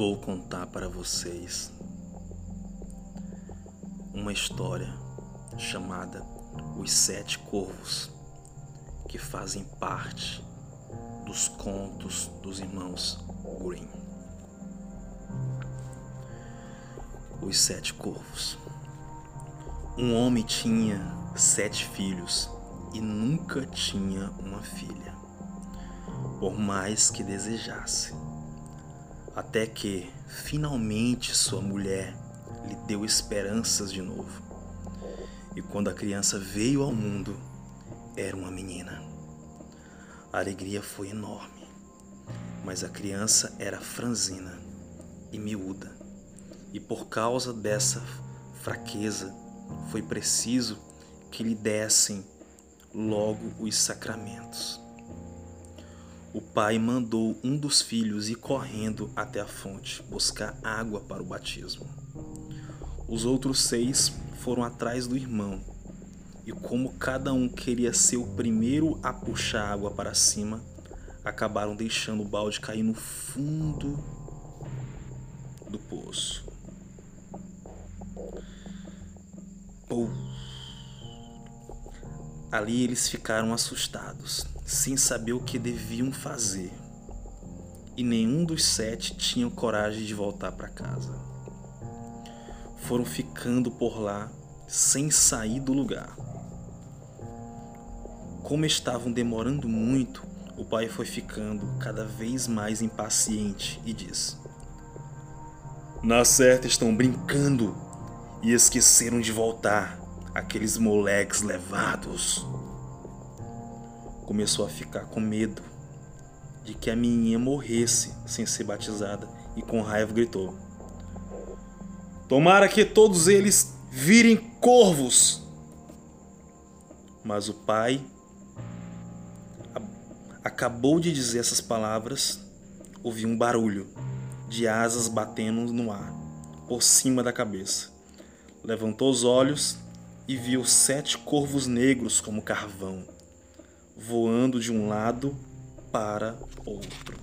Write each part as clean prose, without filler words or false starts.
Vou contar para vocês uma história chamada Os Sete Corvos, que fazem parte dos contos dos irmãos Grimm. Os Sete Corvos. Um homem tinha 7 filhos e nunca tinha uma filha, por mais que desejasse. Até que, finalmente, sua mulher lhe deu esperanças de novo. E quando a criança veio ao mundo, era uma menina. A alegria foi enorme, mas a criança era franzina e miúda. E por causa dessa fraqueza, foi preciso que lhe dessem logo os sacramentos. O pai mandou um dos filhos ir correndo até a fonte buscar água para o batismo. Os outros 6 foram atrás do irmão, e como cada um queria ser o primeiro a puxar a água para cima, acabaram deixando o balde cair no fundo do poço. Ali eles ficaram assustados, sem saber o que deviam fazer. E nenhum dos 7 tinha coragem de voltar para casa. Foram ficando por lá, sem sair do lugar. Como estavam demorando muito, o pai foi ficando cada vez mais impaciente e disse: "Na certa estão brincando e esqueceram de voltar. Aqueles moleques levados." Começou a ficar com medo de que a menininha morresse sem ser batizada e com raiva gritou: "Tomara que todos eles virem corvos!" Mas o pai acabou de dizer essas palavras, ouviu um barulho de asas batendo no ar por cima da cabeça. Levantou os olhos e viu 7 corvos negros como carvão, voando de um lado para outro.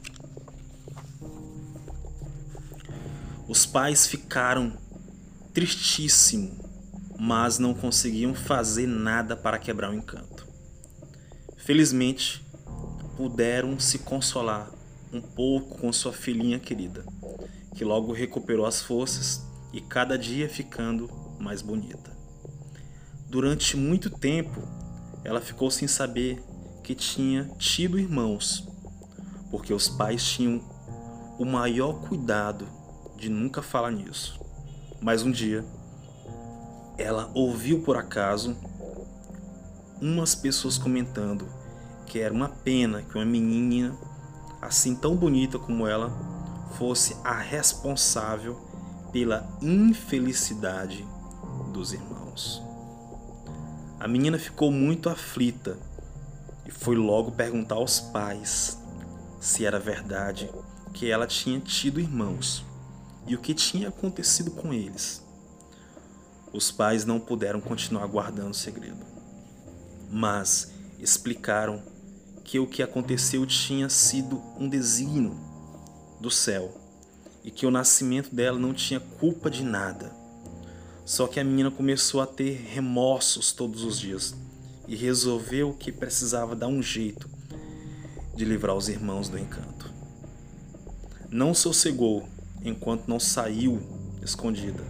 Os pais ficaram tristíssimos, mas não conseguiam fazer nada para quebrar o encanto. Felizmente, puderam se consolar um pouco com sua filhinha querida, que logo recuperou as forças e cada dia ficando mais bonita. Durante muito tempo, ela ficou sem saber que tinha tido irmãos, porque os pais tinham o maior cuidado de nunca falar nisso. Mas um dia, ela ouviu por acaso umas pessoas comentando que era uma pena que uma menina assim tão bonita como ela fosse a responsável pela infelicidade dos irmãos. A menina ficou muito aflita e foi logo perguntar aos pais se era verdade que ela tinha tido irmãos e o que tinha acontecido com eles. Os pais não puderam continuar guardando o segredo, mas explicaram que o que aconteceu tinha sido um desígnio do céu e que o nascimento dela não tinha culpa de nada. Só que a menina começou a ter remorsos todos os dias e resolveu que precisava dar um jeito de livrar os irmãos do encanto. Não sossegou enquanto não saiu escondida,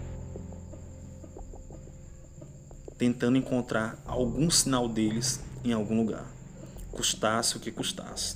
tentando encontrar algum sinal deles em algum lugar, custasse o que custasse.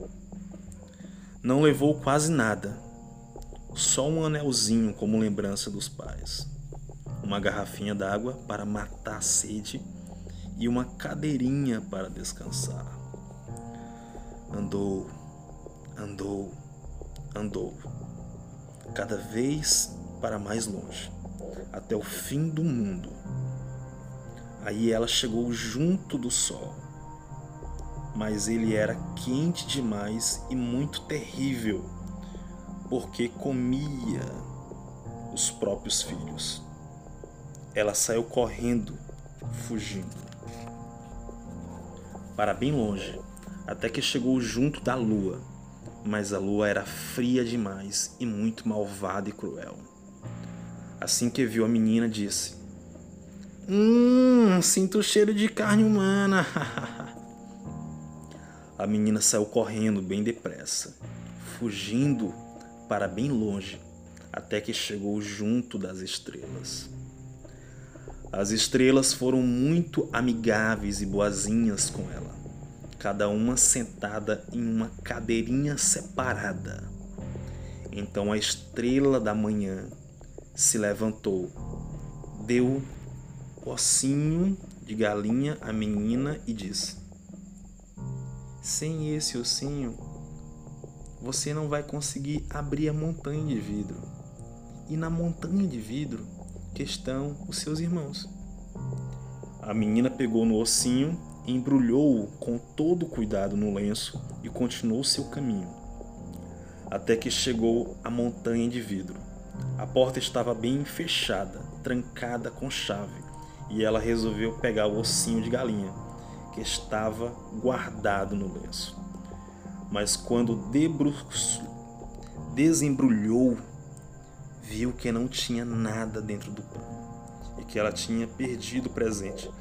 Não levou quase nada, só um anelzinho como lembrança dos pais, uma garrafinha d'água para matar a sede e uma cadeirinha para descansar. Andou, andou, andou, cada vez para mais longe, até o fim do mundo. Aí ela chegou junto do sol, mas ele era quente demais e muito terrível, porque comia os próprios filhos. Ela saiu correndo, fugindo para bem longe, até que chegou junto da lua, mas a lua era fria demais e muito malvada e cruel. Assim que viu a menina, disse: sinto o cheiro de carne humana. A menina saiu correndo bem depressa, fugindo para bem longe, até que chegou junto das estrelas. As estrelas foram muito amigáveis e boazinhas com ela, cada uma sentada em uma cadeirinha separada. Então a estrela da manhã se levantou, deu ossinho de galinha à menina e disse: sem esse ossinho, você não vai conseguir abrir a montanha de vidro. E na montanha de vidro que estão os seus irmãos. A menina pegou no ossinho, embrulhou-o com todo cuidado no lenço e continuou seu caminho, até que chegou à montanha de vidro. A porta estava bem fechada, trancada com chave, e ela resolveu pegar o ossinho de galinha, que estava guardado no lenço. Mas quando desembrulhou, viu que não tinha nada dentro do pano e que ela tinha perdido o presente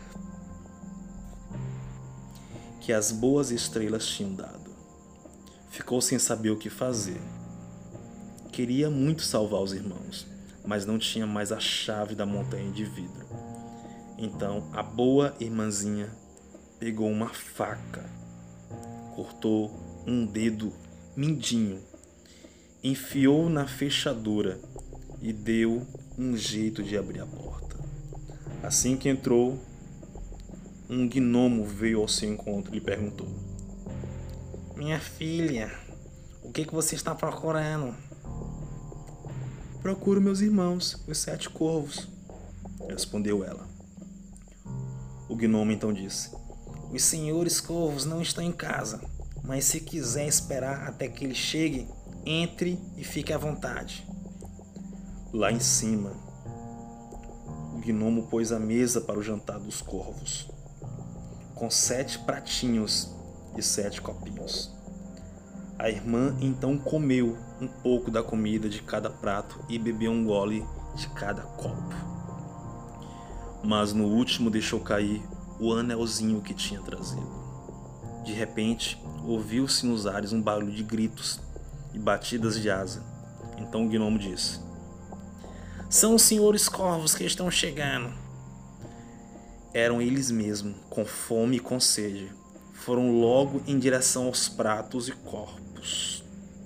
que as boas estrelas tinham dado. Ficou sem saber o que fazer. Queria muito salvar os irmãos, mas não tinha mais a chave da montanha de vidro. Então a boa irmãzinha pegou uma faca, cortou um dedo mindinho, enfiou na fechadura e deu um jeito de abrir a porta. Assim que entrou, um gnomo veio ao seu encontro e lhe perguntou: minha filha, o que você está procurando? Procuro meus irmãos, os 7 corvos, respondeu ela. O gnomo então disse: os senhores corvos não estão em casa, mas se quiser esperar até que ele chegue, entre e fique à vontade. Lá em cima, o gnomo pôs a mesa para o jantar dos corvos, com 7 pratinhos e 7 copinhos. A irmã então comeu um pouco da comida de cada prato e bebeu um gole de cada copo. Mas no último deixou cair o anelzinho que tinha trazido. De repente, ouviu-se nos ares um barulho de gritos e batidas de asa. Então o gnomo disse: são os senhores corvos que estão chegando. Eram eles mesmos, com fome e com sede. Foram logo em direção aos pratos e copos.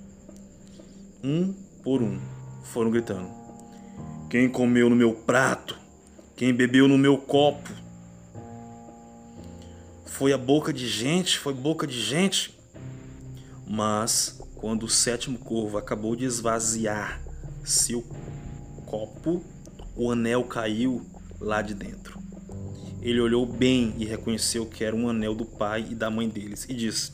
Um por um, foram gritando: quem comeu no meu prato? Quem bebeu no meu copo? Foi boca de gente. Mas, quando o 7º corvo acabou de esvaziar seu copo, o anel caiu lá de dentro. Ele olhou bem e reconheceu que era um anel do pai e da mãe deles e disse: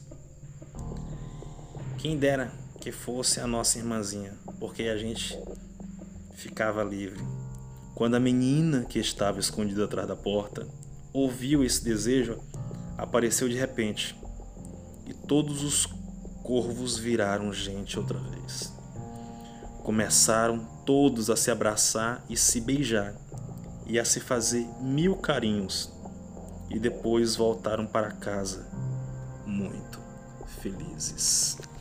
quem dera que fosse a nossa irmãzinha, porque a gente ficava livre. Quando a menina, que estava escondida atrás da porta, ouviu esse desejo, apareceu de repente, e todos os corvos viraram gente outra vez. Começaram todos a se abraçar e se beijar, e a se fazer 1000 carinhos, e depois voltaram para casa muito felizes.